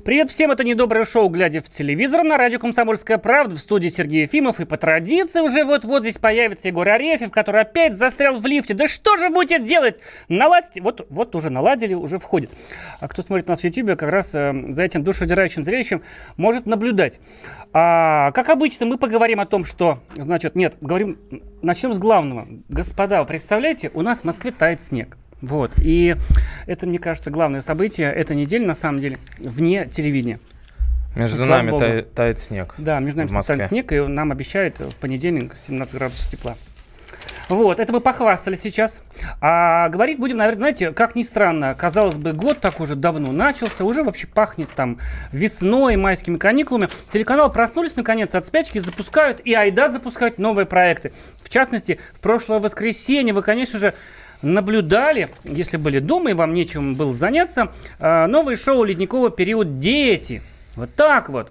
Привет всем, это недоброе шоу «Глядя в телевизор» на радио «Комсомольская правда», в студии Сергей Ефимов. И по традиции уже вот-вот здесь появится Егор Арефьев, который опять застрял в лифте. Да что же будете делать? Наладите? Вот уже наладили, уже входит. А кто смотрит нас в Ютьюбе, как раз за этим душераздирающим зрелищем может наблюдать. Как обычно, мы поговорим о том, что... начнем с главного. Господа, вы представляете, у нас в Москве тает снег. Вот. И это, мне кажется, главное событие этой недели, на самом деле, вне телевидения. Между нами тает снег. Да, между нами тает снег, и нам обещают в понедельник 17 градусов тепла. Вот, это мы похвастали сейчас. А говорить будем, наверное, знаете, как ни странно, казалось бы, год так уже давно начался, уже вообще пахнет там весной, майскими каникулами. Телеканал проснулись наконец от спячки, запускают, и айда запускают новые проекты. В частности, в прошлое воскресенье вы, конечно же, наблюдали, если были дома и вам нечем было заняться, новое шоу «Ледниковый период. Дети». Вот так вот.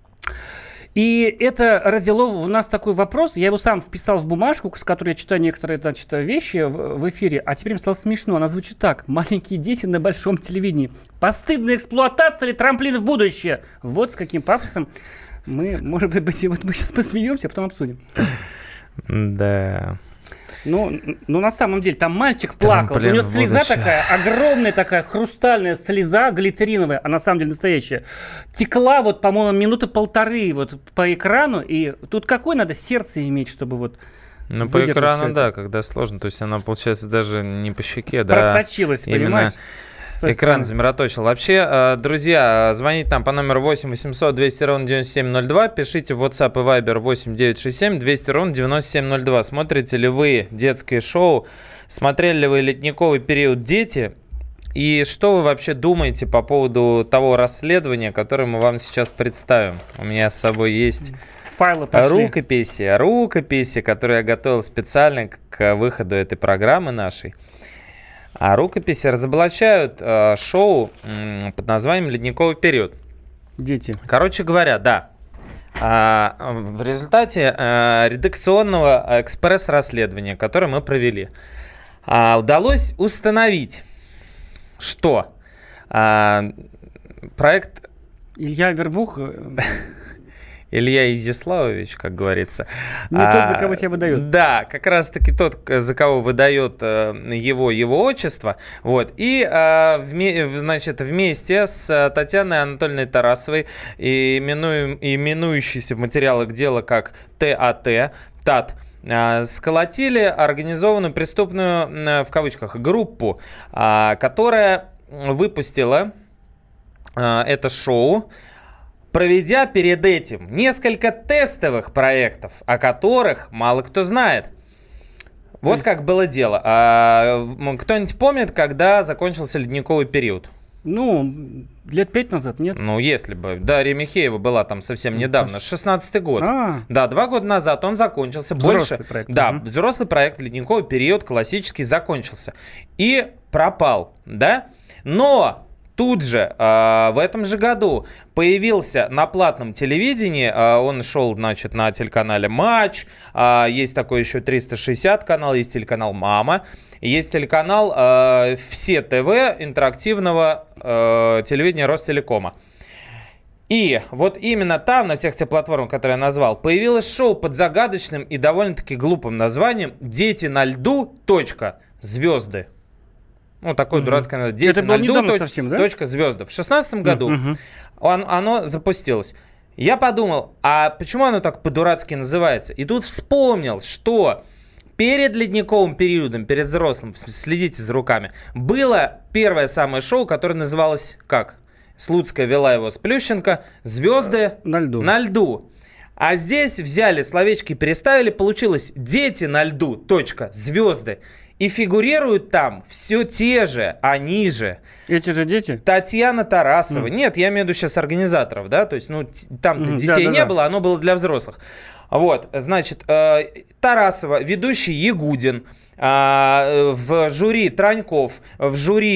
И это родило в нас такой вопрос. Я его сам вписал в бумажку, с которой я читаю некоторые, вещи в эфире, а теперь мне стало смешно. Она звучит так. Маленькие дети на большом телевидении. Постыдная эксплуатация или трамплин в будущее? Вот с каким пафосом мы, может быть, вот мы сейчас посмеемся, а потом обсудим. Да. Ну, на самом деле, там мальчик плакал. У него слеза такая, огромная такая, хрустальная слеза, глицериновая, а на самом деле настоящая. Текла, вот, по-моему, минуты полторы вот по экрану. И тут какое надо сердце иметь, чтобы вот... Ну, по экрану, да, когда сложно. То есть она, получается, даже не по щеке, да. Просочилась, понимаешь? Экран замироточил. Вообще, друзья, звоните нам по номеру 8 800 200 ровно 9702. Пишите в WhatsApp и Viber 8 967 200 ровно 9702. Смотрите ли вы детские шоу? Смотрели ли вы «Ледниковый период. Дети»? И что вы вообще думаете по поводу того расследования, которое мы вам сейчас представим? У меня с собой есть файлы рукописи, которые я готовил специально к выходу этой программы нашей. А рукописи разоблачают шоу под названием «Ледниковый период». Дети. Короче говоря, да. В результате редакционного экспресс-расследования, которое мы провели, удалось установить, что проект... Илья Вербух... Илья Изяславович, как говорится. Не тот, за кого себя выдает. Да, как раз-таки тот, за кого выдает его отчество. Вот. И, значит, вместе с Татьяной Анатольевной Тарасовой, именующейся в материалах дела как ТАТ, сколотили организованную преступную, в кавычках, группу, которая выпустила это шоу, проведя перед этим несколько тестовых проектов, о которых мало кто знает. Вот как было дело. Кто-нибудь помнит, когда закончился ледниковый период? Ну, лет 5 назад, нет? Ну, если бы. Дарья Михеева была там совсем недавно, 16-й год. Да, 2 года назад он закончился. Взрослый проект. Да, взрослый проект «Ледниковый период» классический закончился. И пропал, да? Но... Тут же, в этом же году, появился на платном телевидении, он шел, значит, на телеканале «Матч», есть такой еще 360 канал, есть телеканал «Мама», есть телеканал «Все ТВ» интерактивного телевидения Ростелекома. И вот именно там, на всех тех платформах, которые я назвал, появилось шоу под загадочным и довольно-таки глупым названием «Дети на льду. Звезды». Ну, такое дурацкое название. «Дети на льду. Совсем, да? Звезды». В 2016 году оно запустилось. Я подумал, а почему оно так по-дурацки называется? И тут вспомнил, что перед ледниковым периодом, перед взрослым, следите за руками, было первое самое шоу, которое называлось как? Слуцкая вела его с Плющенко. «Звезды на льду». А здесь взяли словечки и переставили, получилось «Дети на льду. Звезды». И фигурируют там все те же, они же. Эти же дети? Татьяна Тарасова. Нет, я имею в виду сейчас организаторов, да, то есть, ну, там-то детей не было, оно было для взрослых. Вот, значит, Тарасова, ведущий Ягудин, в жюри Траньков, в жюри...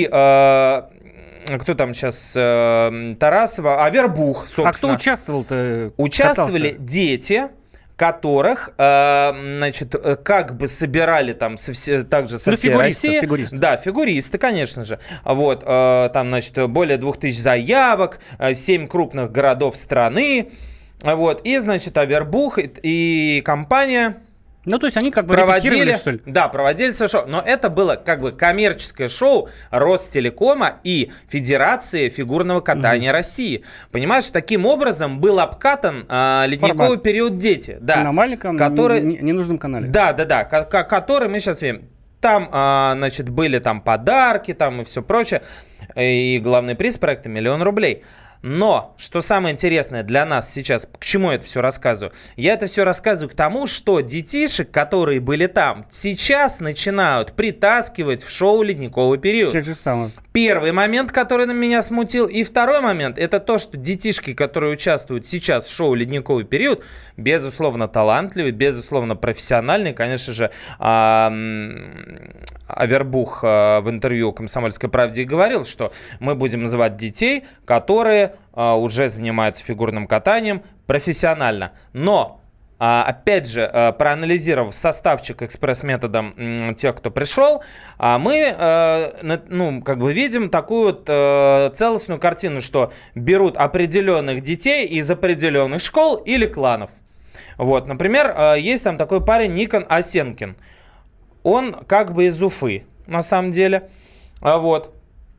Кто там сейчас? Тарасова, Вербух, собственно. А кто участвовал-то? Участвовали дети, которых, значит, как бы собирали там также со всей России. Фигуристы. Да, фигуристы, конечно же. Вот, там, значит, более 2000 заявок, 7 крупных городов страны. Вот, и, значит, Авербух и компания... Ну, то есть они как бы репетировали, что ли? Да, проводили свое шоу. Но это было как бы коммерческое шоу Ростелекома и Федерации фигурного катания России. Понимаешь, таким образом был обкатан ледниковый период «Дети». Да, на маленьком, который... ненужном канале. Да, который мы сейчас видим. Там, значит, были там подарки, там и все прочее. И главный приз проекта — 1 000 000 рублей. Но, что самое интересное для нас сейчас, к чему я это все рассказываю? Я это все рассказываю к тому, что детишек, которые были там, сейчас начинают притаскивать в шоу «Ледниковый период». Те же самые. Первый момент, который на меня смутил. И второй момент, это то, что детишки, которые участвуют сейчас в шоу «Ледниковый период», безусловно, талантливые, безусловно, профессиональные. Конечно же, Авербух в интервью «Комсомольской правде» говорил, что мы будем называть детей, которые уже занимаются фигурным катанием профессионально. Но, опять же, проанализировав составчик экспресс-методом тех, кто пришел, мы как бы видим такую вот целостную картину, что берут определенных детей из определенных школ или кланов. Вот, например, есть там такой парень Никон Осенкин. Он как бы из Уфы, на самом деле. Вот.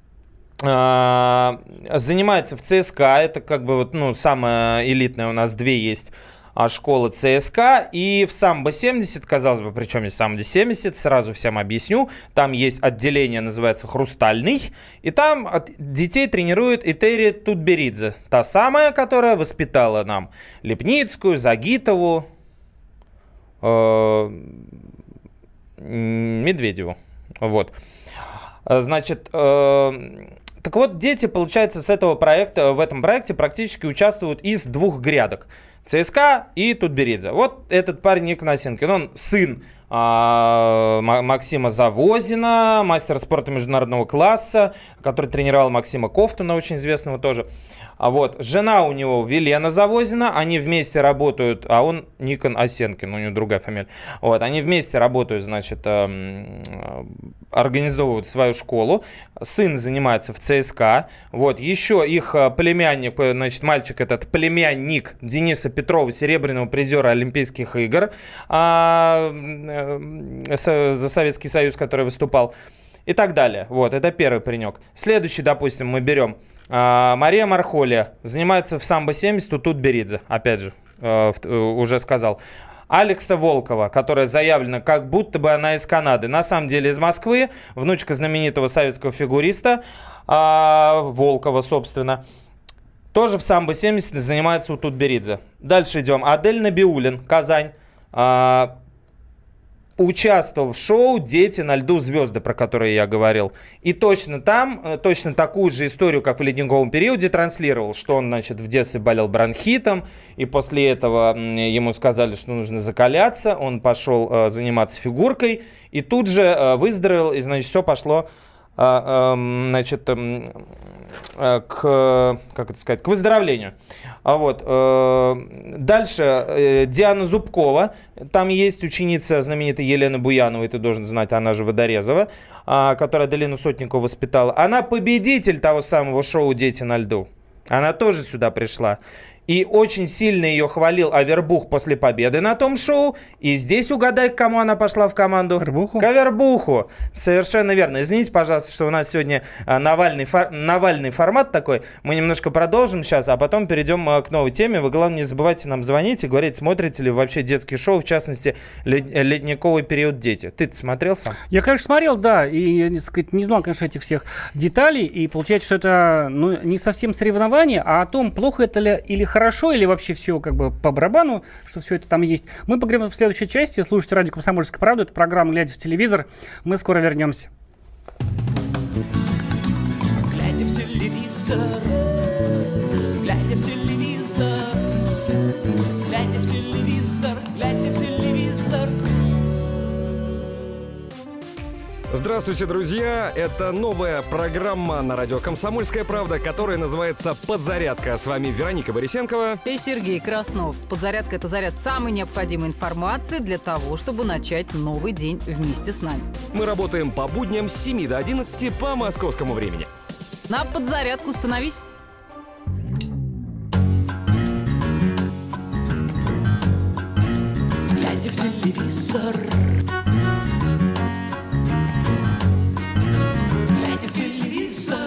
Занимается в ЦСКА. Это как бы вот, самая элитная у нас 2 есть школы ЦСКА. И в самбо-70, казалось бы, причем есть самбо-70, сразу всем объясню. Там есть отделение, называется «Хрустальный». И там детей тренирует Этери Тутберидзе. Та самая, которая воспитала нам Лепницкую, Загитову, Медведеву. Вот. Значит, так вот, дети, получается, с этого проекта, в этом проекте практически участвуют из 2 грядок. ЦСКА и Тутберидзе. Вот этот парень Никон Осенкин, он сын Максима Завозина, мастера спорта международного класса, который тренировал Максима Ковтуна, очень известного тоже. А вот жена у него Велена Завозина, они вместе работают, а он Никон Осенкин, у него другая фамилия. Вот, они вместе работают, значит, организовывают свою школу. Сын занимается в ЦСКА. Вот, еще их племянник, значит, мальчик этот племянник Дениса Петрова, серебряного призера Олимпийских игр за Советский Союз, который выступал. И так далее. Вот, это первый паренек. Следующий, допустим, мы берем Мария Мархолия. Занимается в самбо-70 у Тутберидзе. Опять же, уже сказал. Алекса Волкова, которая заявлена, как будто бы она из Канады. На самом деле из Москвы. Внучка знаменитого советского фигуриста Волкова, собственно. Тоже в самбо-70 занимается у Тутберидзе. Дальше идем. Адель Набиуллин, Казань. Участвовал в шоу «Дети на льду. Звезды», про которые я говорил. И точно там, точно такую же историю, как в «Ледниковом периоде», транслировал, что он, значит, в детстве болел бронхитом, и после этого ему сказали, что нужно закаляться, он пошел заниматься фигуркой, и тут же выздоровел, и, значит, все пошло, значит, к выздоровлению. Вот. Дальше Диана Зубкова. Там есть ученица знаменитой Елены Буяновой, ты должен знать, она же Водорезова, которая Аделину Сотникову воспитала. Она победитель того самого шоу «Дети на льду». Она тоже сюда пришла. И очень сильно ее хвалил Авербух после победы на том шоу. И здесь угадай, к кому она пошла в команду. Авербуху? К Авербуху. Совершенно верно. Извините, пожалуйста, что у нас сегодня Навальный формат такой. Мы немножко продолжим сейчас, а потом перейдем к новой теме. Вы, главное, не забывайте нам звонить и говорить, смотрите ли вы вообще детские шоу, в частности, «Ледниковый период. Дети». Ты смотрел сам? Я, конечно, смотрел, да. И я, так сказать, не знал, конечно, этих всех деталей. И получается, что это не совсем соревнование, а о том, плохо это ли или хорошо, или вообще все как бы по барабану, что все это там есть. Мы поговорим в следующей части. Слушайте радио «Комсомольская правда». Это программа «Глядя в телевизор». Мы скоро вернемся. Глядя в телевизор, глядя в телевизор, глядя в телевизор, глядя в телевизор. С Здравствуйте, друзья! Это новая программа на радио «Комсомольская правда», которая называется «Подзарядка». С вами Вероника Борисенкова и Сергей Краснов. Подзарядка – это заряд самой необходимой информации для того, чтобы начать новый день вместе с нами. Мы работаем по будням с 7 до 11 по московскому времени. На подзарядку становись. Глядя в телевизор, глядя в телевизор.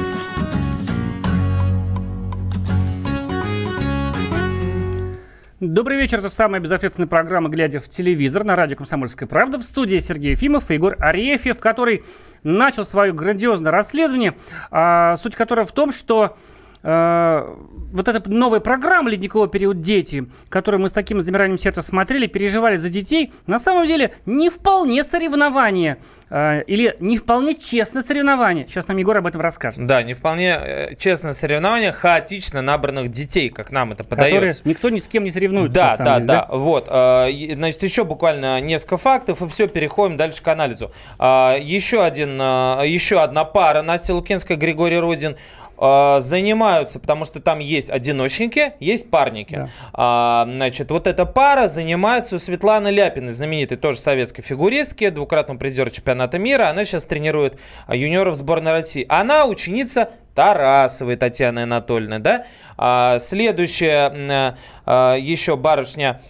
Добрый вечер. Это самая безответственная программа «Глядя в телевизор» на радио «Комсомольская правда». В студии Сергей Ефимов и Егор Арефьев, который начал свое грандиозное расследование, суть которого в том, что вот эта новая программа «Ледниковый период. Дети», которую мы с таким замиранием сердца смотрели, переживали за детей, на самом деле не вполне соревнование или не вполне честное соревнование. Сейчас нам Егор об этом расскажет. Да, не вполне честное соревнование хаотично набранных детей, как нам это подается. Которые никто ни с кем не соревнуется. Да, на самом деле, вот. Значит, еще буквально несколько фактов, и все, переходим дальше к анализу. Еще одна пара, Настя Лукинская, Григорий Родин, занимаются, потому что там есть одиночники, есть парники. Да. Значит, вот эта пара занимается у Светланы Ляпиной, знаменитой тоже советской фигуристки, двукратного призера чемпионата мира. Она сейчас тренирует юниоров сборной России. Она ученица Тарасовой Татьяны Анатольевны, да? Следующая еще барышня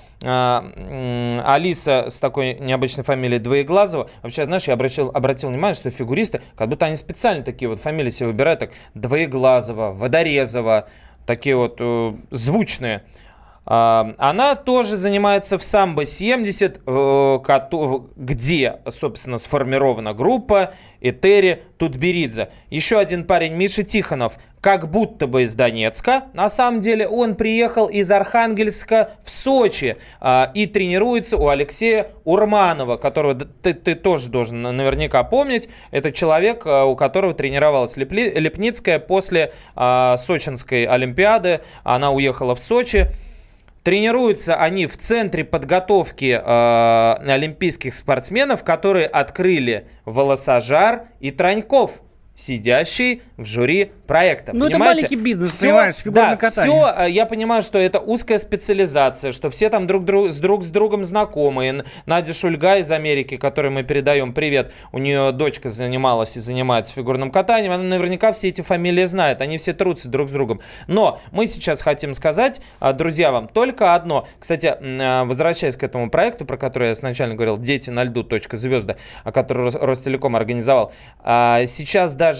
Алиса с такой необычной фамилией Двоеглазова. Вообще, знаешь, я обратил внимание, что фигуристы, как будто они специально такие вот фамилии себе выбирают, так Двоеглазова, Водорезова, такие вот звучные. Она тоже занимается в самбо-70, где, собственно, сформирована группа Этери Тутберидзе. Еще один парень, Миша Тихонов, как будто бы из Донецка. На самом деле он приехал из Архангельска в Сочи и тренируется у Алексея Урманова, которого ты тоже должен наверняка помнить. Это человек, у которого тренировалась Лепницкая после Сочинской Олимпиады. Она уехала в Сочи. Тренируются они в центре подготовки олимпийских спортсменов, которые открыли Волосожар и Траньков, сидящий в жюри проекта. Ну, понимаете? Это маленький бизнес, понимаешь, фигурное катание. Все, я понимаю, что это узкая специализация, что все там друг с другом знакомые. Надя Шульга из Америки, которой мы передаем привет, у нее дочка занималась и занимается фигурным катанием, она наверняка все эти фамилии знает, они все трутся друг с другом. Но мы сейчас хотим сказать, друзья, вам только одно. Кстати, возвращаясь к этому проекту, про который я сначала говорил, «Дети на льду. Звезды», который Ростелеком организовал, сейчас даже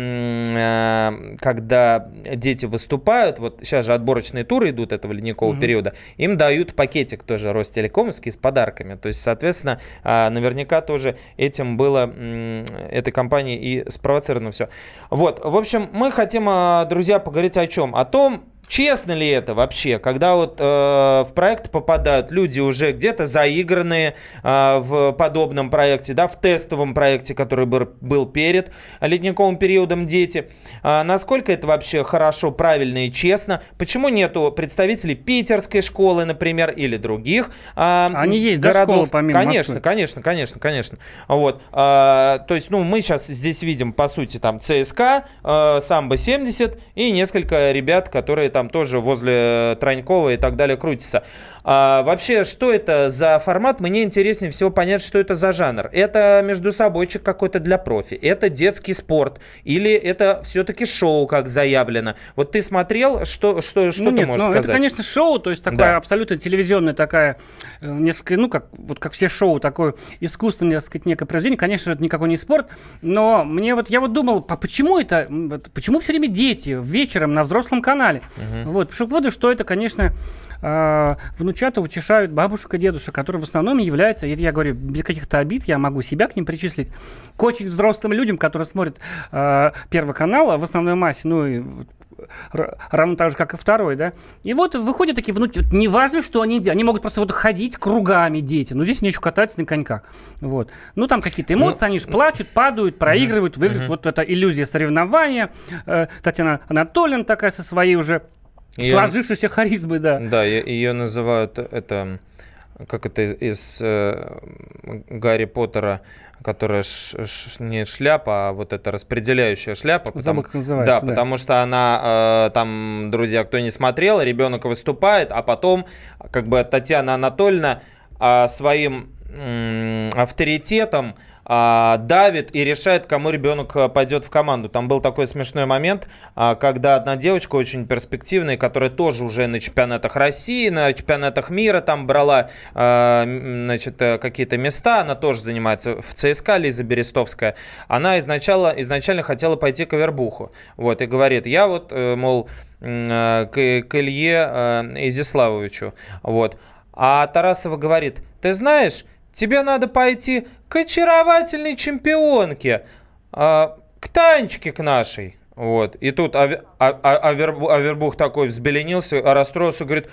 когда дети выступают, вот сейчас же отборочные туры идут этого ледникового периода, им дают пакетик тоже Ростелекомовский с подарками. То есть, соответственно, наверняка тоже этим было, этой компанией и спровоцировано все. Вот, в общем, мы хотим, друзья, поговорить о чем? О том, честно ли это вообще, когда вот в проект попадают люди уже где-то заигранные в подобном проекте, да, в тестовом проекте, который был перед ледниковым периодом «Дети». Насколько это вообще хорошо, правильно и честно? Почему нету представителей питерской школы, например, или других Они есть, городов? Да, школы помимо Конечно. Вот. То есть, мы сейчас здесь видим, по сути, там ЦСКА, самбо-70 и несколько ребят, которые там тоже возле Транькова и так далее крутятся. Вообще, что это за формат? Мне интереснее всего понять, что это за жанр. Это междусобойчик какой-то для профи? Это детский спорт? Или это все-таки шоу, как заявлено? Вот ты смотрел, что ты можешь сказать? Это, конечно, шоу, то есть такая абсолютно телевизионная такая, несколько, как все шоу, такое искусственное, так сказать, некое произведение. Конечно же, это никакой не спорт, но я думал, почему все время дети вечером на взрослом канале? Вот, пришел к выводу, что это, конечно, внучата утешают бабушек и дедушек, которые в основном являются, я говорю, без каких-то обид, я могу себя к ним причислить, к очень взрослым людям, которые смотрят Первый канал в основной массе, и равно так же, как и второй, да. И вот выходят такие внучаты, неважно, что они делают, они могут просто ходить кругами, дети, но здесь они еще катаются на коньках, вот. Там какие-то эмоции, они же плачут, падают, проигрывают, выигрывают, вот эта иллюзия соревнования. Татьяна Анатольевна такая со своей уже сложившейся харизмой, да. Да, ее называют как это из Гарри Поттера, которая не шляпа, а вот эта распределяющая шляпа. Забыл, как называется. Да, потому что она, там, друзья, кто не смотрел, ребенок выступает, а потом как бы Татьяна Анатольевна своим авторитетом давит и решает, кому ребенок пойдет в команду. Там был такой смешной момент, когда одна девочка очень перспективная, которая тоже уже на чемпионатах России, на чемпионатах мира там брала, значит, какие-то места, она тоже занимается в ЦСКА, Лиза Берестовская. Она изначально хотела пойти к Авербуху. Вот, и говорит, я вот, мол, к Илье Изяславовичу. Вот. А Тарасова говорит, ты знаешь, тебе надо пойти к очаровательной чемпионке, к Танечке, к нашей. Вот. И тут Авербух такой взбеленился, расстроился, говорит,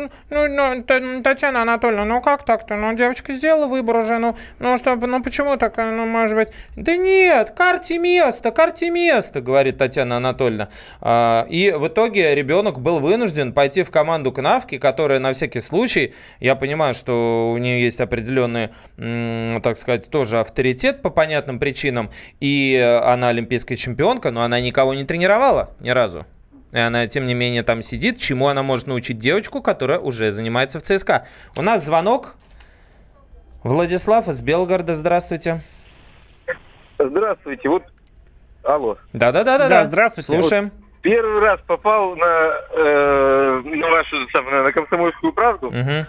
Татьяна Анатольевна, ну как так-то? Ну, девочка сделала выбор уже, ну почему так, ну, может быть... Да нет, карте место, говорит Татьяна Анатольевна. И в итоге ребенок был вынужден пойти в команду КНАВКИ, которая на всякий случай, я понимаю, что у нее есть определенный, так сказать, тоже авторитет по понятным причинам, и она олимпийская чемпионка, но она никого не тренировала ни разу. И она, тем не менее, там сидит. Чему она может научить девочку, которая уже занимается в ЦСКА? У нас звонок. Владислав из Белгорода. Здравствуйте. Здравствуйте. Вот, алло. Да, здравствуйте. Слушаем. Первый раз попал на вашу, на «Комсомольскую правду».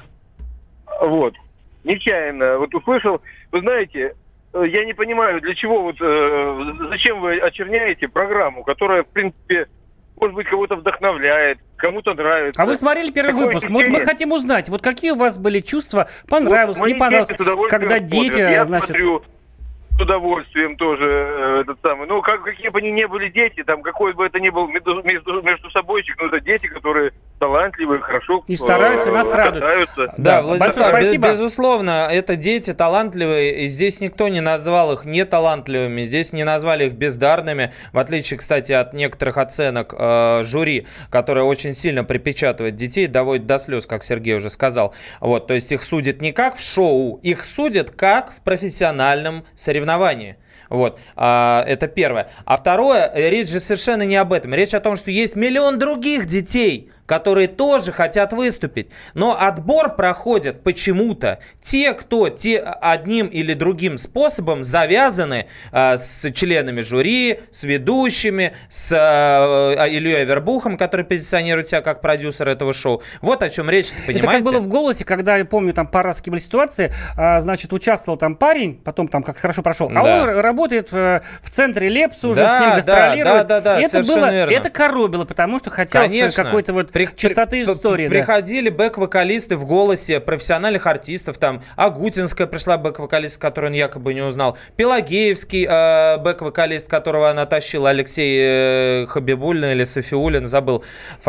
Угу. Вот. Нечаянно. Вот услышал. Вы знаете, я не понимаю, для чего вот, зачем вы очерняете программу, которая, в принципе, может быть, кого-то вдохновляет, кому-то нравится. А вы смотрели первый выпуск? Мы хотим узнать, вот какие у вас были чувства, понравилось, вот не понравилось, когда дети, я значит... смотрю с удовольствием тоже этот самый. Ну, какие бы они ни были дети, там, какой бы это ни был между собойчик, но это дети, которые талантливые, хорошо и стараются, нас радуют. Да, Владислав, спасибо. Безусловно, это дети талантливые, и здесь никто не назвал их неталантливыми, здесь не назвали их бездарными, в отличие, кстати, от некоторых оценок жюри, которые очень сильно припечатывают детей, доводят до слез, как Сергей уже сказал. Вот, то есть их судят не как в шоу, их судят как в профессиональном соревновании. Вот, это первое. А второе, речь же совершенно не об этом. Речь о том, что есть миллион других детей, которые тоже хотят выступить. Но отбор проходят почему-то те, кто одним или другим способом завязаны с членами жюри, с ведущими, с Ильей Авербухом, который позиционирует себя как продюсер этого шоу. Вот о чем речь, понимаете? Это как было в «Голосе», когда, я помню, там пару раз были ситуации, значит, участвовал там парень, потом там как хорошо прошел, а он работает в центре Лепса, уже с ним гастролирует. Да, и это совершенно верно. Это коробило, потому что хотелось какой-то вот чистоты истории. Приходили бэк-вокалисты в «Голосе» профессиональных артистов, там Агутинская пришла бэк-вокалист, которую он якобы не узнал, Пелагеевский бэк-вокалист, которого она тащила, Алексей Хабибуллин или Софиуллин, забыл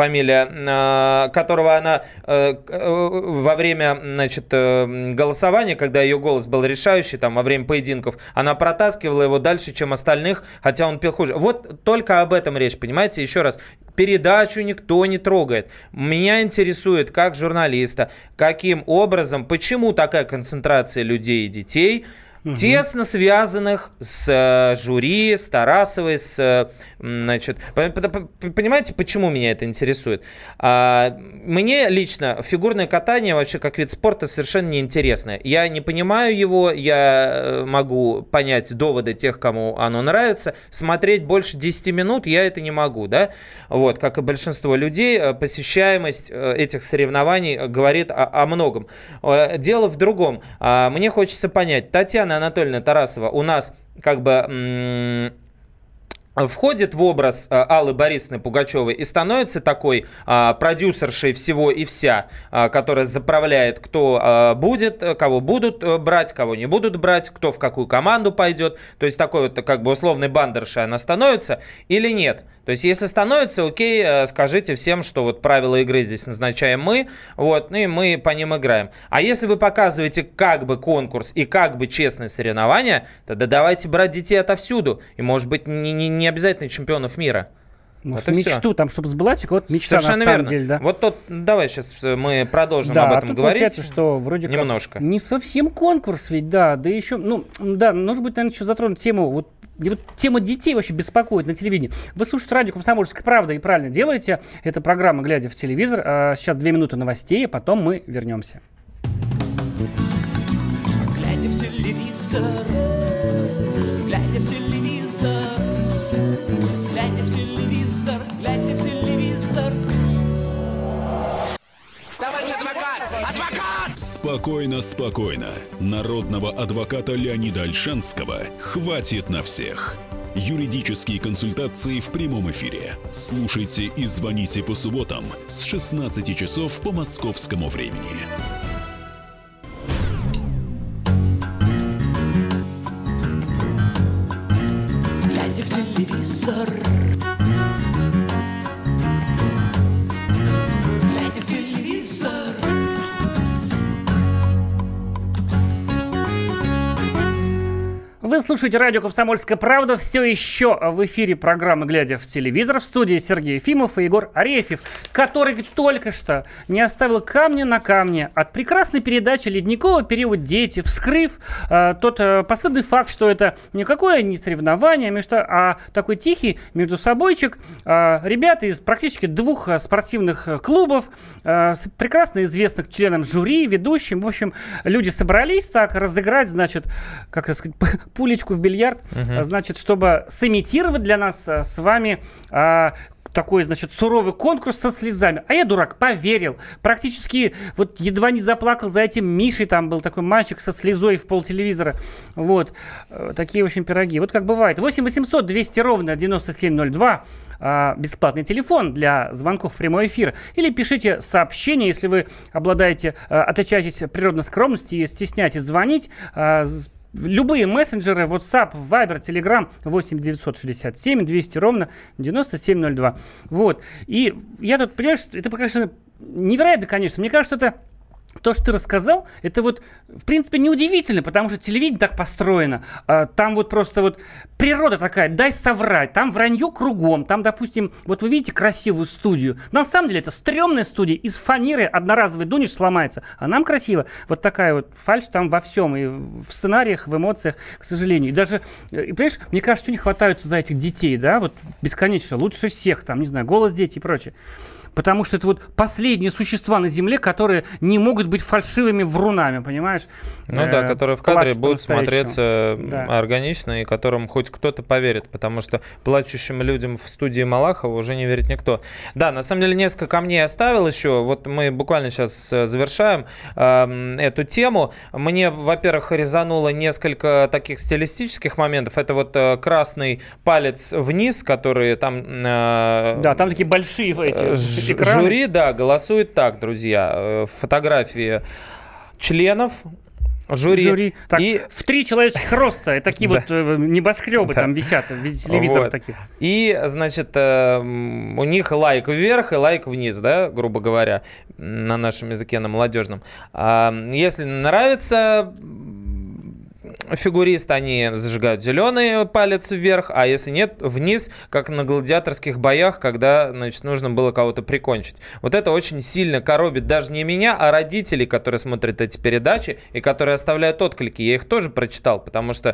фамилия, которого она во время, значит, голосования, когда ее голос был решающий, там, во время поединков, она протаскивала его дальше, чем остальных, хотя он пел хуже. Вот только об этом речь, понимаете? Еще раз, передачу никто не трогает. Меня интересует, как журналиста, каким образом, почему такая концентрация людей и детей, тесно связанных с жюри, с Тарасовой, значит, понимаете, почему меня это интересует? Мне лично фигурное катание вообще как вид спорта совершенно неинтересно. Я не понимаю его, я могу понять доводы тех, кому оно нравится. Смотреть больше 10 минут я это не могу, да? Вот, как и большинство людей, посещаемость этих соревнований говорит о многом. Дело в другом. Мне хочется понять, Татьяна Анатольевна Тарасова у нас как бы входит в образ Аллы Борисовны Пугачевой и становится такой продюсершей всего и вся, которая заправляет, кто будет, кого будут брать, кого не будут брать, кто в какую команду пойдет. То есть такой вот как бы условной бандершей она становится или нет? То есть если становится, окей, скажите всем, что вот правила игры здесь назначаем мы, вот, и мы по ним играем. А если вы показываете как бы конкурс и как бы честное соревнование, тогда давайте брать детей отовсюду. И может быть не обязательно чемпионов мира. Может, Вот и всё. мечту, там, чтобы сбылась, у кого-то мечта Совершенно на самом верно. деле, да. Вот тут давай сейчас мы продолжим Да, об а этом тут говорить. получается, что вроде немножко. как не совсем конкурс ведь, да еще, да, нужно будет, наверное, еще затронуть тему, вот тема детей вообще беспокоит на телевидении. Вы слушаете радио «Комсомольская правда» и правильно делаете. Это программа «Глядя в телевизор». Сейчас 2 минуты новостей, а потом мы вернемся. Глядя в телевизор, глядя в телевизор, глядя в телевизор, глядя в телевизор. Товарищ адвокат! Адвокат! Спокойно, спокойно. Народного адвоката Леонида Ольшанского хватит на всех. Юридические консультации в прямом эфире. Слушайте и звоните по субботам с 16 часов по московскому времени. Глядя в телевизор, глядя в телевизор. Вы слушаете радио «Комсомольская правда». Все еще в эфире программы «Глядя в телевизор». В студии Сергей Ефимов и Егор Арефьев, который только что не оставил камня на камне от прекрасной передачи «Ледниковый период. Дети», вскрыв тот постыдный факт, что это никакое не соревнование, а такой тихий междусобойчик. Ребята из практически 2 спортивных клубов, с прекрасно известных членам жюри, ведущим. В общем, люди собрались так разыграть, значит, как это сказать, пулечку в бильярд, значит, чтобы сымитировать для нас с вами такой, значит, суровый конкурс со слезами. А я, дурак, поверил. Практически вот едва не заплакал за этим Мишей. Там был такой мальчик со слезой в полтелевизора. Вот. Такие, в общем, пироги. Вот как бывает. 8 800 200 ровно 9702. Бесплатный телефон для звонков в прямой эфир. Или пишите сообщение, если вы отличаетесь природной скромностью и стесняетесь звонить. Любые мессенджеры, WhatsApp, Viber, Telegram 8 967 200 ровно 9702. Вот. И я тут, понимаешь, это, конечно, невероятно, конечно. Мне кажется, это то, что ты рассказал, это вот, в принципе, неудивительно, потому что телевидение так построено. Там вот просто вот природа такая, дай соврать. Там вранье кругом. Там, допустим, вот вы видите красивую студию. На самом деле это стрёмная студия. Из фанеры одноразовый дунешь, сломается. А нам красиво. Вот такая вот фальшь там во всем. И в сценариях, в эмоциях, к сожалению. И даже, понимаешь, мне кажется, что они хватаются за этих детей, да, вот бесконечно. Лучше всех, там, не знаю, «Голос дети» и прочее. Потому что это вот последние существа на Земле, которые не могут быть фальшивыми врунами, понимаешь? Ну да, которые в кадре будут смотреться органично, и которым хоть кто-то поверит, потому что плачущим людям в студии Малахова уже не верит никто. Да, на самом деле несколько камней оставил еще. Вот мы буквально сейчас завершаем эту тему. Мне, во-первых, резануло несколько таких стилистических моментов. Это вот красный палец вниз, которые там... Да, там такие большие эти экраны. Жюри, да, голосует так, друзья. Фотографии членов жюри. Так, и... в 3 человеческих роста. Такие вот небоскребы там висят в виде телевизоров таких. И, значит, у них лайк вверх и лайк вниз, да, грубо говоря, на нашем языке, на молодежном. Если нравится фигурист, они зажигают зеленый палец вверх, а если нет, вниз, как на гладиаторских боях, когда, значит, нужно было кого-то прикончить. Вот это очень сильно коробит даже не меня, а родителей, которые смотрят эти передачи и которые оставляют отклики. Я их тоже прочитал, потому что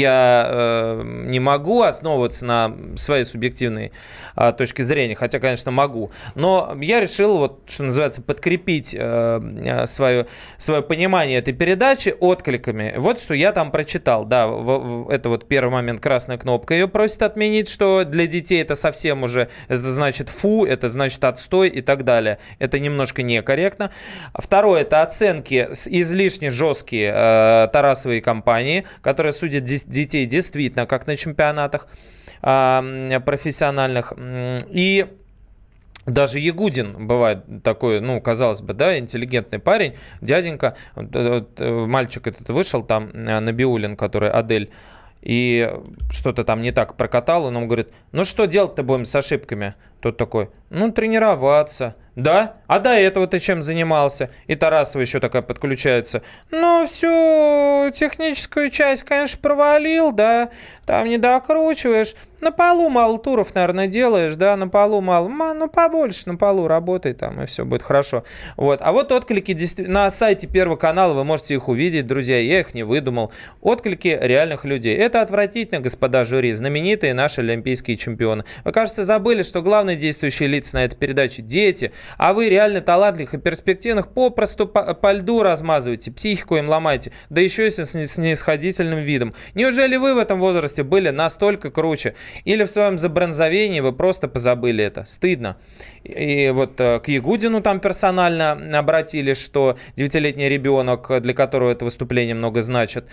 я не могу основываться на своей субъективной точке зрения, хотя, конечно, могу. Но я решил, вот, что называется, подкрепить свое понимание этой передачи откликами. Вот что я там прочитал. Да, это вот первый момент, красная кнопка. Ее просят отменить, что для детей это совсем уже, это значит фу, это значит отстой и так далее. Это немножко некорректно. Второе, это оценки излишне жесткие Тарасовой компании, которые судят детей действительно как на чемпионатах профессиональных. И даже Ягудин бывает такой, ну, казалось бы, да, интеллигентный парень, дяденька, мальчик этот вышел там, Набиуллин, который Адель, и что-то там не так прокатал, он ему говорит, ну что делать-то будем с ошибками? Тот такой, ну тренироваться. Да? А до этого ты чем занимался? И Тарасова еще такая подключается. Ну, всю техническую часть, конечно, провалил, да, там не докручиваешь. На полу мало туров, наверное, делаешь, да, на полу мало, ну, побольше на полу работай там, и все будет хорошо. Вот. А вот отклики на сайте Первого канала, вы можете их увидеть, друзья, я их не выдумал. Отклики реальных людей. Это отвратительно, господа жюри, знаменитые наши олимпийские чемпионы. Вы, кажется, забыли, что главные действующие лица на этой передаче – дети, а вы реально талантливых и перспективных попросту по льду размазываете, психику им ломаете, да еще и с снисходительным видом. Неужели вы в этом возрасте были настолько круче? Или в своем забронзовении вы просто позабыли это? Стыдно. И вот к Ягудину там персонально обратились, что 9-летний ребенок, для которого это выступление много значит,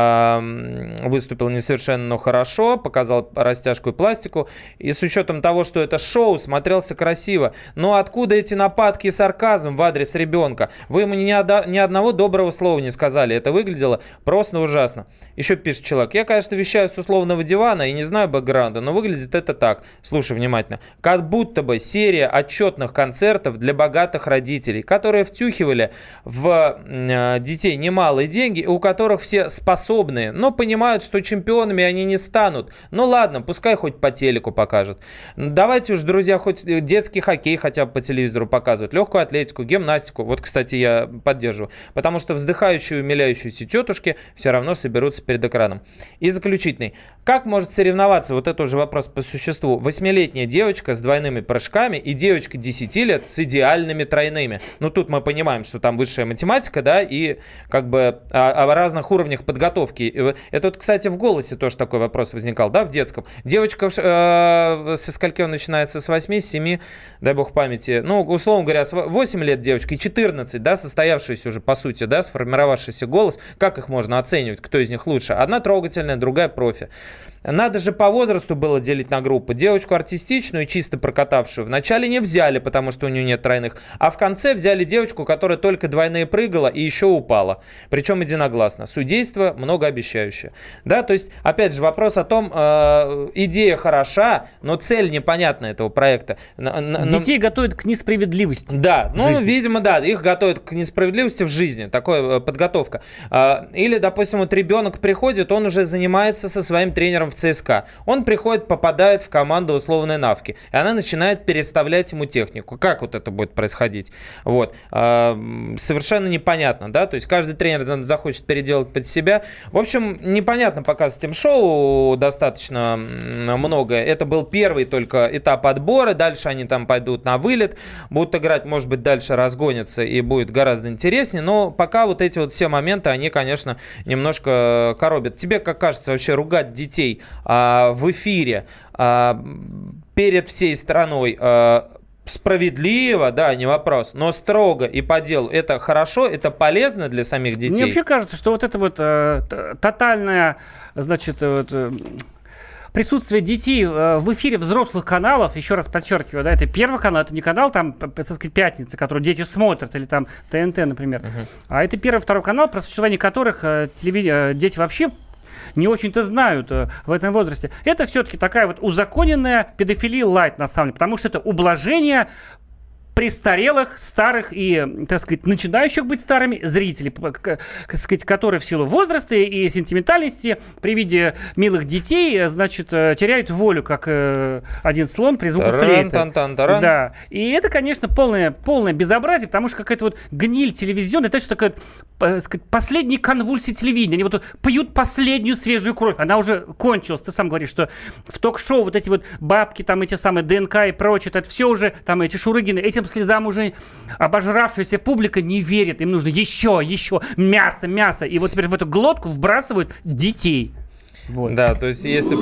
выступил несовершенно, но хорошо, показал растяжку и пластику. И с учетом того, что это шоу, смотрелся красиво. Но откуда эти нападки и сарказм в адрес ребенка? Вы ему ни одного доброго слова не сказали. Это выглядело просто ужасно. Еще пишет человек. Я, конечно, вещаю с условного дивана и не знаю бэкграунда, но выглядит это так. Слушай внимательно. Как будто бы серия отчетных концертов для богатых родителей, которые втюхивали в детей немалые деньги, у которых все способные, но понимают, что чемпионами они не станут. Ну ладно, пускай хоть по телеку покажут. Давайте уж, друзья, хоть детский хоккей хотя бы по телевизору показывают, легкую атлетику, гимнастику. Вот, кстати, я поддерживаю. Потому что вздыхающие, умиляющиеся тетушки все равно соберутся перед экраном. И заключительный. Как может соревноваться, вот это уже вопрос по существу, 8-летняя девочка с двойными прыжками и девочка 10 лет с идеальными тройными? Ну, тут мы понимаем, что там высшая математика, да, и как бы о разных уровнях подготовки. Это вот, кстати, в «Голосе» тоже такой вопрос возникал, да, в детском. Девочка со скольки он начинается? С 8, с 7, дай бог памяти. Ну, условно говоря, с 8 лет девочка и 14, да, состоявшийся уже, по сути, да, сформировавшийся голос. Как их можно оценивать, кто из них лучше? Одна трогательная, другая профи. Надо же по возрасту было делить на группы. Девочку артистичную и чисто прокатавшую вначале не взяли, потому что у нее нет тройных, а в конце взяли девочку, которая только двойные прыгала и еще упала. Причем единогласно. Судейство многообещающее. Да, то есть, опять же, вопрос о том, идея хороша, но цель непонятна этого проекта. Детей готовят к несправедливости. Да, ну, видимо, да, их готовят к несправедливости в жизни. Такая подготовка. Или, допустим, вот ребенок приходит, он уже занимается со своим тренером в ЦСКА. Он приходит, попадает в команду условной Навки, и она начинает переставлять ему технику. Как вот это будет происходить? Вот. Совершенно непонятно, да, то есть каждый тренер захочет переделать под себя. В общем, непонятно пока с этим шоу достаточно много. Это был первый только этап отбора, дальше они там пойдут на вылет, будут играть, может быть, дальше разгонятся и будет гораздо интереснее, но пока вот эти вот все моменты, они, конечно, немножко коробят. Тебе, как кажется, вообще ругать детей в эфире перед всей страной справедливо, да, не вопрос, но строго и по делу, это хорошо, это полезно для самих детей? Мне вообще кажется, что вот это вот тотальное, значит, присутствие детей в эфире взрослых каналов, еще раз подчеркиваю, да, это Первый канал, это не канал, там, так сказать, «Пятница», который дети смотрят, или там ТНТ, например, а это Первый, Второй канал, про существование которых дети вообще не очень-то знают в этом возрасте. Это все-таки такая вот узаконенная педофилия лайт, на самом деле, потому что это ублажение престарелых, старых и, так сказать, начинающих быть старыми зрителей, так сказать, которые в силу возраста и сентиментальности при виде милых детей, значит, теряют волю, как один слон при звуку флейты. Да. И это, конечно, полное безобразие, потому что какая-то вот гниль телевизионная, это что такое, так сказать, последние конвульсии телевидения. Они вот пьют последнюю свежую кровь. Она уже кончилась. Ты сам говоришь, что в ток-шоу вот эти вот бабки, там эти самые ДНК и прочее, это все уже, там эти Шурыгины, этим слезам уже обожравшаяся публика не верит. Им нужно еще мясо. И вот теперь в эту глотку вбрасывают детей. Вот. Да, то есть если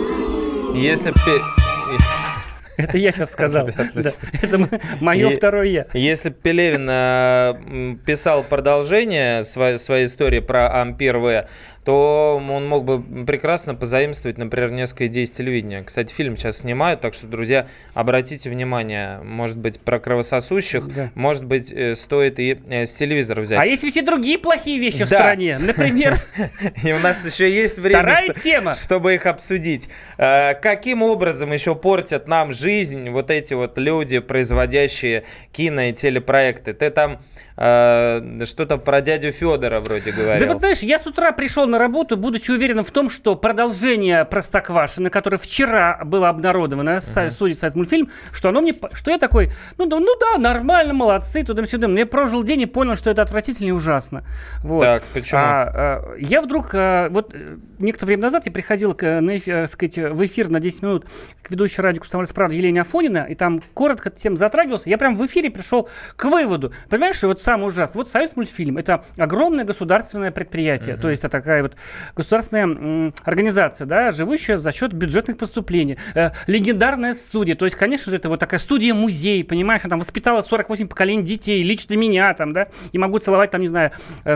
это я сейчас сказал. Это мое второе я. Если бы Пелевин писал продолжение своей истории про Ампер В, то он мог бы прекрасно позаимствовать, например, несколько идей с телевидения. Кстати, фильм сейчас снимают, так что, друзья, обратите внимание, может быть, про кровососущих, да. Может быть, стоит и с телевизора взять. А есть все другие плохие вещи в стране? Например? И у нас еще есть время, чтобы их обсудить. Каким образом еще портят нам жизнь вот эти вот люди, производящие кино и телепроекты? Ты там что-то про дядю Федора вроде говорил. Да вот знаешь, я с утра пришел на работу, будучи уверенным в том, что продолжение «Простоквашино», которое вчера было обнародовано с студии «Союзмультфильм», что я такой, ну да, нормально, молодцы, туда-сюда. Я прожил день и понял, что это отвратительно и ужасно. Вот. Так, почему? Я вдруг, некоторое время назад я приходил в эфир на 10 минут к ведущей радио «Комсомольская правда» Елене Афонина, и там коротко тем затрагивался. Я прям в эфире пришел к выводу. Понимаешь, вот самое ужасное. Вот «Союзмультфильм» — это огромное государственное предприятие. То есть это такая вот государственная организация, да, живущая за счет бюджетных поступлений. Легендарная студия. То есть, конечно же, это вот такая студия-музей, понимаешь, она там воспитала 48 поколений детей, лично меня там, да, и могу целовать там, не знаю,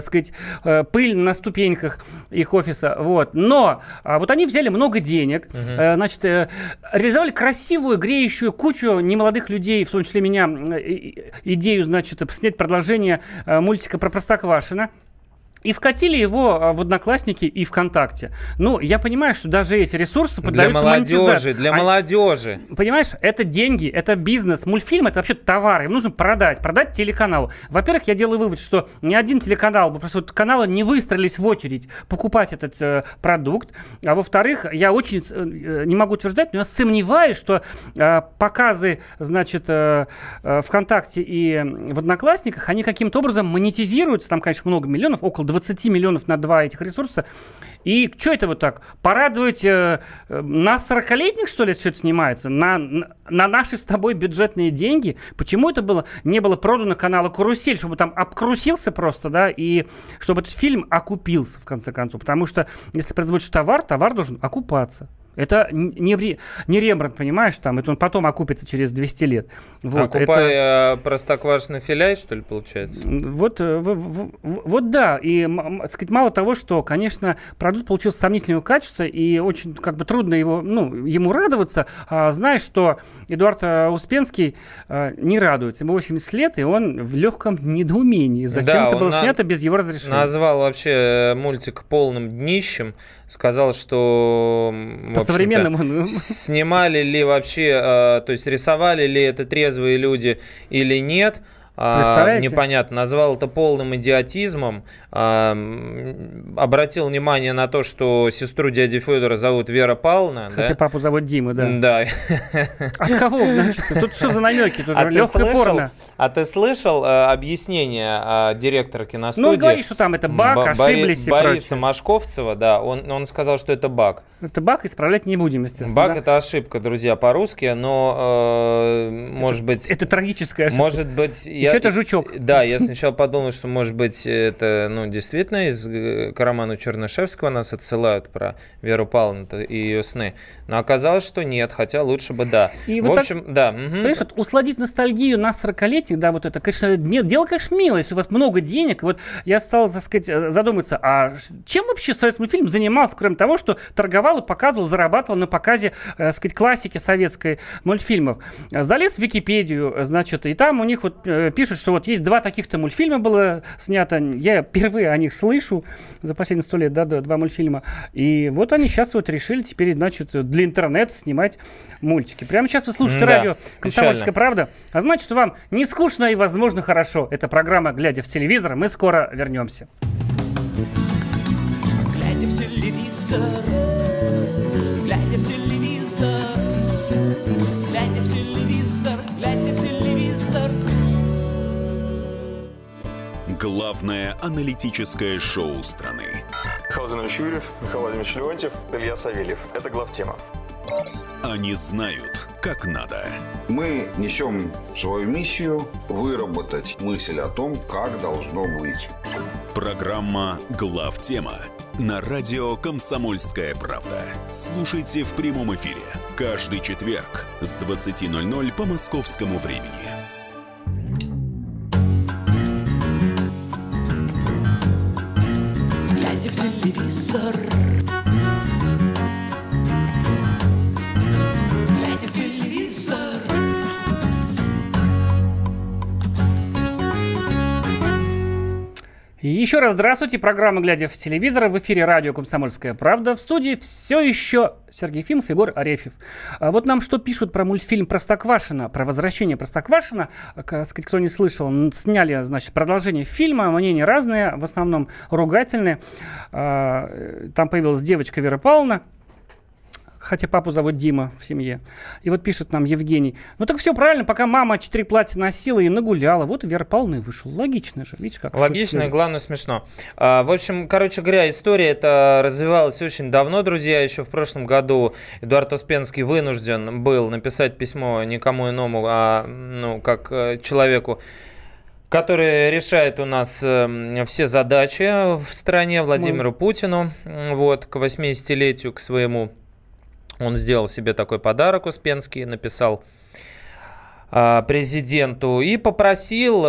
пыль на ступеньках их офиса, вот. Но вот они взяли много денег, значит, реализовали красивую, греющую кучу немолодых людей, в том числе меня, идею, значит, снять продолжение мультика про Простоквашино. И вкатили его в Одноклассники и ВКонтакте. Ну, я понимаю, что даже эти ресурсы поддаются монетизации. Для молодежи. Понимаешь, это деньги, это бизнес. Мультфильм — это вообще товар. Им нужно продать телеканалу. Во-первых, я делаю вывод, что ни один телеканал, просто вот каналы не выстроились в очередь покупать этот продукт. А во-вторых, я очень не могу утверждать, но я сомневаюсь, что показы, значит, ВКонтакте и в Одноклассниках, они каким-то образом монетизируются. Там, конечно, много миллионов, около 20 миллионов на два этих ресурса. И что это вот так? Порадовать нас, 40-летних, что ли, все это снимается? На наши с тобой бюджетные деньги? Почему это не было продано каналу «Карусель», чтобы там обкрутился просто, да, и чтобы этот фильм окупился, в конце концов? Потому что, если производишь товар должен окупаться. Это не Рембрандт, понимаешь, там, это он потом окупится через 200 лет. Вот, окупая Простоквашино филяй, что ли, получается? Вот да, и, так сказать, мало того, что, конечно, продукт получился сомнительного качества, и очень трудно ему радоваться, знаешь, что Эдуард Успенский не радуется. Ему 80 лет, и он в легком недоумении. Зачем это было снято без его разрешения? Назвал вообще мультик полным днищем, сказал, что по-современному снимали ли вообще, то есть рисовали ли это трезвые люди или нет. Непонятно. Назвал это полным идиотизмом. Обратил внимание на то, что сестру дяди Федора зовут Вера Павловна. Хотя папу зовут Дима, да. Да. От кого, значит? Тут что за намеки? Тут же легкое порно. А ты слышал объяснение директора киностудии? Ну, говорит, что там это баг, ошиблись и прочее. Бориса Машковцева, да, он сказал, что это баг. Это баг, исправлять не будем, естественно. Баг — это ошибка, друзья, по-русски, но, может быть... Это трагическая ошибка. Может быть... Еще это жучок. Да, я сначала подумал, что, может быть, это, действительно к роману Чернышевского нас отсылают про Веру Павловну и ее сны. Но оказалось, что нет, хотя лучше бы да. И в общем, так, да. Понимаешь, вот усладить ностальгию нас 40-летних, да, вот это, конечно, дело, конечно, милое, если у вас много денег. И вот я стал, так сказать, задуматься, а чем вообще Союзмультфильм занимался, кроме того, что торговал и показывал, зарабатывал на показе, так сказать, классики советской мультфильмов. Залез в Википедию, значит, и там у них вот пишут, что вот есть 2 таких-то мультфильма было снято. Я впервые о них слышу за последние 100 лет, да, 2 мультфильма. И вот они сейчас вот решили теперь, значит, для интернета снимать мультики. Прямо сейчас вы слушаете радио «Комсомольская правда». А значит, вам не скучно и, возможно, хорошо. Это программа «Глядя в телевизор». Мы скоро вернемся. Глядя в телевизор, глядя в телевизор, глядя в телевизор, глядя в телевизор. Главное аналитическое шоу страны. Михаил Владимирович Юрьев, Михаил Владимирович Леонтьев, Илья Савельев. Это главтема. Они знают, как надо. Мы несем свою миссию выработать мысль о том, как должно быть. Программа «Главтема» на радио «Комсомольская правда». Слушайте в прямом эфире каждый четверг с 20:00 по московскому времени. Глядя в телевизор, глядя в телевизор. И еще раз здравствуйте. Программа «Глядя в телевизор». В эфире радио «Комсомольская правда». В студии все еще Сергей Ефимов, Егор Арефьев. А вот нам что пишут про мультфильм «Простоквашино», про возвращение Простоквашино. Кто не слышал, сняли, значит, продолжение фильма. Мнения разные, в основном ругательные. Там появилась девочка Вера Павловна. Хотя папу зовут Дима в семье. И вот пишет нам Евгений. Ну так все правильно, пока мама 4 платья носила и нагуляла. Вот Вера Павловна и вышел. Логично же. Видишь, как логично и, главное, смешно. В общем, короче говоря, история эта развивалась очень давно, друзья. Еще в прошлом году Эдуард Успенский вынужден был написать письмо никому иному, как человеку, который решает у нас все задачи в стране, Владимиру Путину. Вот, к 80-летию, к своему. Он сделал себе такой подарок, Успенский, написал президенту и попросил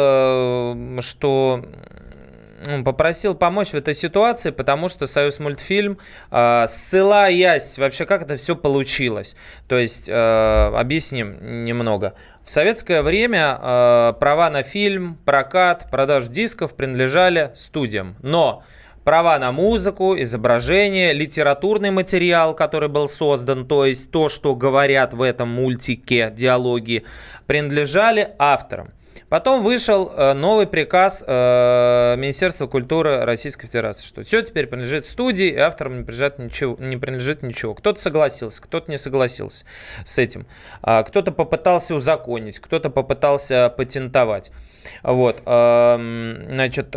помочь в этой ситуации, потому что Союзмультфильм, ссылаясь вообще, как это все получилось. То есть, объясним немного. В советское время права на фильм, прокат, продажу дисков принадлежали студиям. Но права на музыку, изображение, литературный материал, который был создан, то есть то, что говорят в этом мультике, диалоги, принадлежали авторам. Потом вышел новый приказ Министерства культуры Российской Федерации, что все теперь принадлежит студии, и авторам не принадлежит ничего. Кто-то согласился, кто-то не согласился с этим. Кто-то попытался узаконить, кто-то попытался патентовать. Вот. Значит,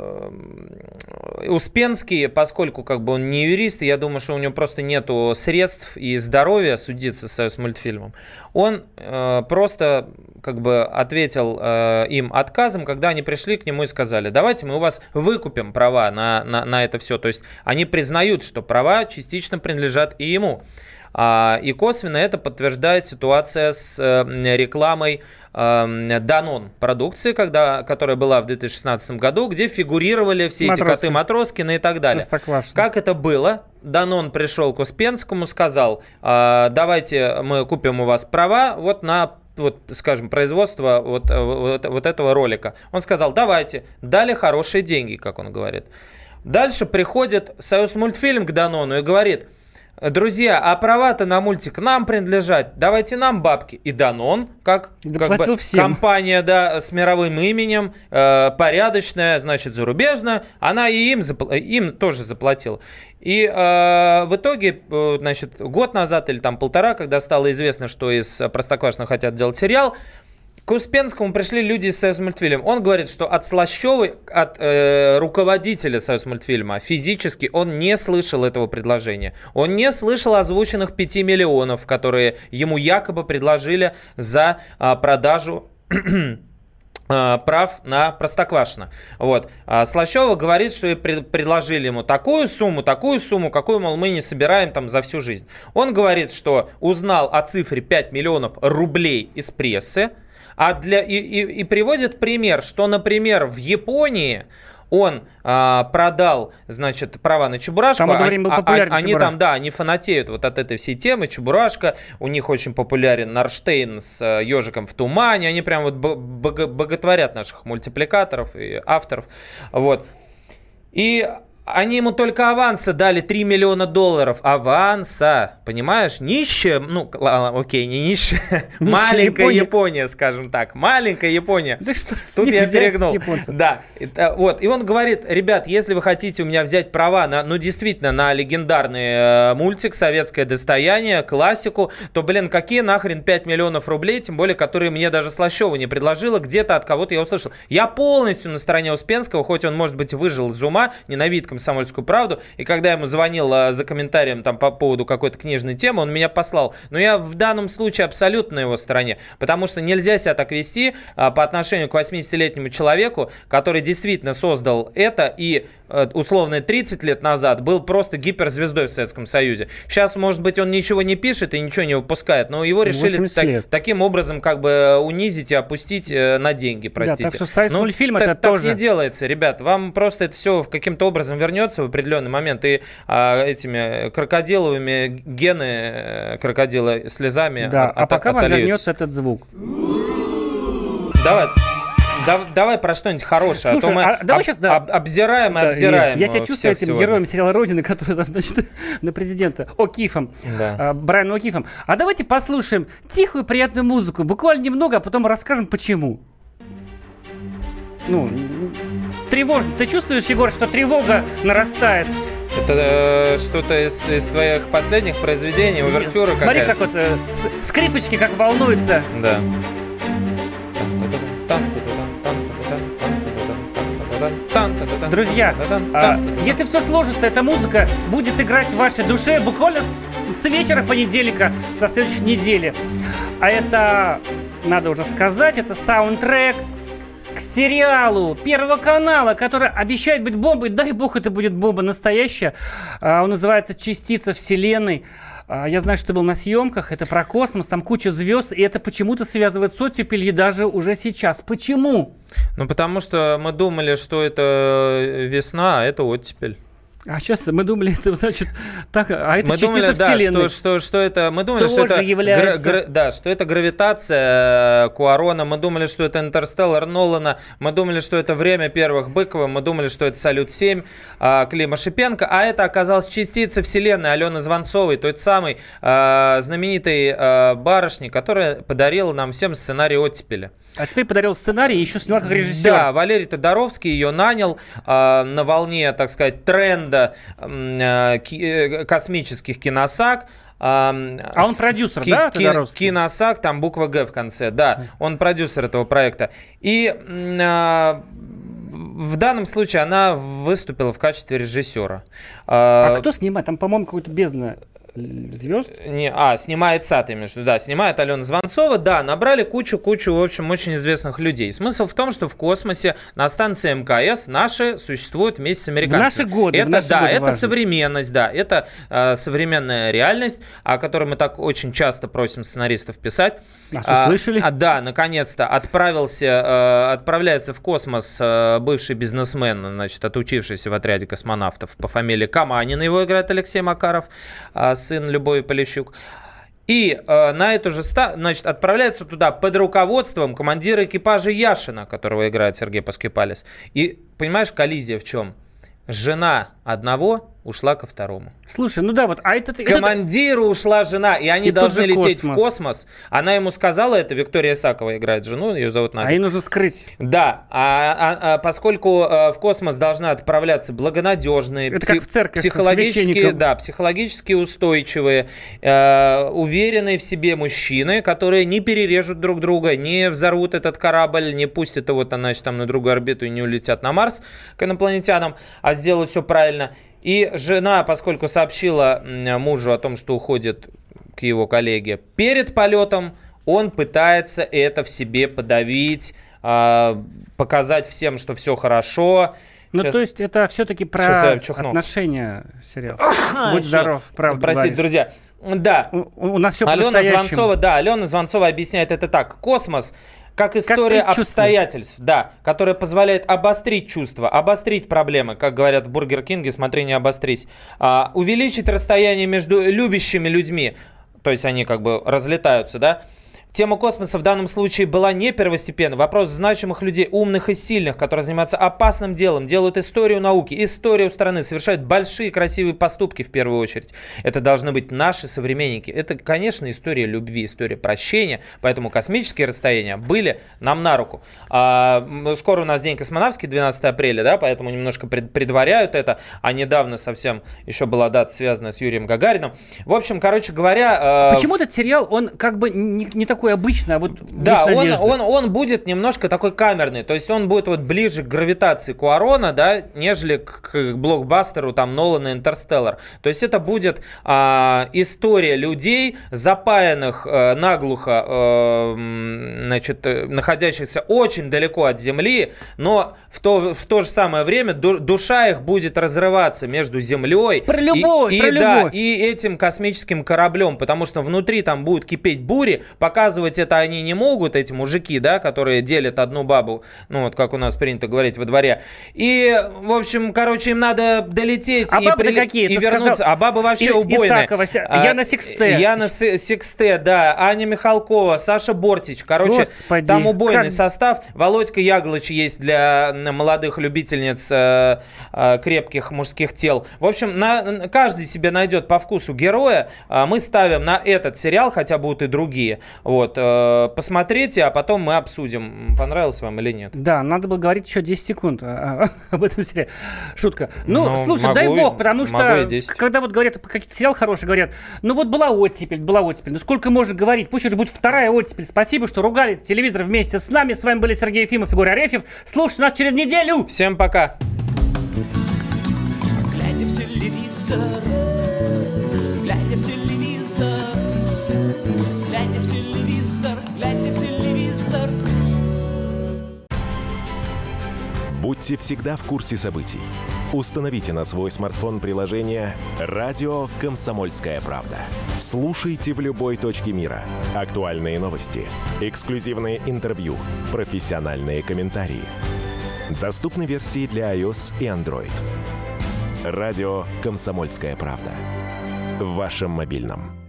Успенский, поскольку он не юрист, я думаю, что у него просто нету средств и здоровья судиться с Союзмультфильмом, он просто ответил им отказом, когда они пришли к нему и сказали: давайте мы у вас выкупим права на это все. То есть они признают, что права частично принадлежат и ему. И косвенно это подтверждает ситуация с рекламой Danone продукции, которая была в 2016 году, где фигурировали все эти коты Матроскины и так далее. Как это было? Danone пришел к Успенскому, сказал: давайте мы купим у вас права на производство вот этого ролика. Он сказал: давайте. Дали хорошие деньги, как он говорит. Дальше приходит Союзмультфильм к Данону и говорит: друзья, а права-то на мультик нам принадлежат, давайте нам бабки. И Данон, как компания, с мировым именем, порядочная, значит, зарубежная, она и им тоже заплатила. И в итоге, значит, год назад или полтора, когда стало известно, что из Простоквашино хотят делать сериал, к Успенскому пришли люди из Союзмультфильма. Он говорит, что от Слащевой, от руководителя Союзмультфильма, физически он не слышал этого предложения. Он не слышал озвученных 5 миллионов, которые ему якобы предложили за продажу прав на Простоквашино. Вот. Слащева говорит, что и предложили ему такую сумму, какую, мол, мы не собираем за всю жизнь. Он говорит, что узнал о цифре 5 миллионов рублей из прессы, и приводит пример, что, например, в Японии он продал, значит, права на Чебурашку. Они фанатеют от этой всей темы. Чебурашка, у них очень популярен Нарштейн с ежиком в тумане. Они прям боготворят наших мультипликаторов и авторов. Вот. И они ему только аванса дали $3 миллиона. Аванса, понимаешь? Нищая, окей, не нищая, маленькая Япония, скажем так. Маленькая Япония. Да что, тут я перегнул. Да. Вот. И он говорит: ребят, если вы хотите у меня взять права действительно на легендарный мультик, советское достояние, классику, то, какие нахрен 5 миллионов рублей, тем более, которые мне даже Слащева не предложила, где-то от кого-то я услышал. Я полностью на стороне Успенского, хоть он, может быть, выжил из ума, ненавидит «Комсомольскую правду», и когда я ему звонил за комментарием по поводу какой-то книжной темы, он меня послал. Но я в данном случае абсолютно на его стороне, потому что нельзя себя так вести по отношению к 80-летнему человеку, который действительно создал это и условно 30 лет назад был просто гиперзвездой в Советском Союзе. Сейчас, может быть, он ничего не пишет и ничего не выпускает, но его решили таким образом унизить и опустить на деньги, простите. Да, так что Союзмультфильм это тоже... Так не делается, ребят. Вам просто это все каким-то образом вернется в определенный момент, и этими крокодиловыми гены крокодила слезами а пока вам вернется этот звук. Давай. давай про что-нибудь хорошее. Слушай, а то мы давай сейчас, да. обзираем и Да, обзираем. Я тебя чувствую этим сегодня. героем сериала «Родина», который там, значит, на президента О'Кифом, Да. Брайаном О'Кифом. А давайте послушаем тихую, приятную музыку. Буквально немного, а потом расскажем, почему. Ну, тревожно. Ты чувствуешь, Егор, что тревога нарастает? Это что-то из твоих последних произведений, увертюра Смотри, какая-то? как вот скрипочки как волнуются. Да. Друзья, если все сложится, эта музыка будет играть в вашей душе буквально с вечера понедельника, со следующей недели. А это, надо уже сказать, это саундтрек к сериалу Первого канала, который обещает быть бомбой. Дай бог, это будет бомба настоящая. Он называется «Частица Вселенной». Я знаю, что ты был на съемках, это про космос, там куча звезд, и это почему-то связывает с оттепелью даже уже сейчас. Почему? Ну, потому что мы думали, что это весна, а это оттепель. А сейчас мы думали, это значит так, а это мы частица думали, Вселенной. Да, что это, мы думали, тоже что это является... да, что это гравитация Куарона, мы думали, что это Интерстеллар Нолана, мы думали, что это время первых Быкова, мы думали, что это Салют-7 Клима Шипенко, а это оказалась частица Вселенной Алены Звонцовой, той самой знаменитой барышни, которая подарила нам всем сценарий «Оттепели». А теперь подарил сценарий и еще сняла как режиссер. Да, Валерий Тодоровский ее нанял на волне, так сказать, тренда космических киносаг. А он продюсер, да, Тодоровский? Киносаг, там буква «Г» в конце, да. Он продюсер этого проекта. И в данном случае она выступила в качестве режиссера. А кто снимает? Там, по-моему, какой-то бездна звезд? Снимает САТ, именно что, да, снимает Алена Звонцова, да, набрали кучу, в общем, очень известных людей. Смысл в том, что в космосе на станции МКС наши существуют вместе с американцами. В наши годы, это важно. современность, да, это современная реальность, о которой мы так очень часто просим сценаристов писать. Слышали? Да, наконец-то отправляется в космос бывший бизнесмен, значит, отучившийся в отряде космонавтов по фамилии Каманин, его играет Алексей Макаров, сын Любови Полищук. И на эту же значит, отправляется туда под руководством командира экипажа Яшина, которого играет Сергей Паскипалис. И, понимаешь, коллизия в чем? Жена одного ушла ко второму. Слушай, ну да, вот, а командиру ушла жена, и они должны лететь в космос. Она ему сказала это, Виктория Исакова играет жену, ее зовут Надя. А ей нужно скрыть. Да, поскольку в космос должны отправляться благонадежные, как в церковь, психологически устойчивые, уверенные в себе мужчины, которые не перережут друг друга, не взорвут этот корабль, не пустят его значит, там на другую орбиту и не улетят на Марс к инопланетянам, а сделают все правильно. И жена, поскольку сообщила мужу о том, что уходит к его коллеге перед полетом, он пытается это в себе подавить, показать всем, что все хорошо. Ну, то есть это все-таки про отношения сериал. Будь здоров, правда. Простите, друзья. Да. У нас все по-настоящему. Алена Звонцова объясняет это так. Космос как история обстоятельств, да, которая позволяет обострить чувства, обострить проблемы, как говорят в Бургер Кинге, смотри, не обострись, увеличить расстояние между любящими людьми, то есть они как бы разлетаются, да. Тема космоса в данном случае была не первостепенной. Вопрос значимых людей, умных и сильных, которые занимаются опасным делом, делают историю науки, историю страны, совершают большие красивые поступки в первую очередь. Это должны быть наши современники. Это, конечно, история любви, история прощения. Поэтому космические расстояния были нам на руку. Скоро у нас день космонавтики, 12 апреля, да, поэтому немножко предваряют это. А недавно совсем еще была дата, связанная с Юрием Гагарином. В общем, короче говоря... Почему этот сериал, он как бы не такой обычно, а вот да, он будет немножко такой камерный, то есть он будет вот ближе к гравитации Куарона, да, нежели к блокбастеру там Нолана Интерстеллар. То есть это будет история людей, запаянных наглухо, значит, находящихся очень далеко от Земли, но в то же самое время душа их будет разрываться между Землей и этим космическим кораблем, потому что внутри там будут кипеть бури, показывают показывать это они не могут, эти мужики, да, которые делят одну бабу, ну, вот как у нас принято говорить во дворе. И, в общем, короче, им надо долететь и вернуться. Сказал... А бабы вообще убойные. Исакова, Яна Сиксте. Яна Сиксте, да, Аня Михалкова, Саша Бортич. Короче, Господи, там убойный состав. Володька Яглыч есть для молодых любительниц крепких мужских тел. В общем, каждый себе найдет по вкусу героя. Мы ставим на этот сериал, хотя будут и другие. Вот, посмотрите, а потом мы обсудим, понравился вам или нет. Да, надо было говорить еще 10 секунд об этом сериале. Шутка. Ну, слушай, дай бог, потому что когда вот говорят, какие-то сериалы хорошие, говорят, ну вот была оттепель. Ну сколько можно говорить? Пусть уже будет вторая оттепель. Спасибо, что ругали телевизор вместе с нами. С вами были Сергей Ефимов и Гурий Арефьев. Слушайте нас через неделю. Всем пока. Глядя в телевизор, глядя в телевизор, глядя в телевизор, глядя в телевизор. Будьте всегда в курсе событий. Установите на свой смартфон приложение «Радио Комсомольская правда». Слушайте в любой точке мира. Актуальные новости, эксклюзивные интервью, профессиональные комментарии. Доступны версии для iOS и Android. «Радио Комсомольская правда». В вашем мобильном.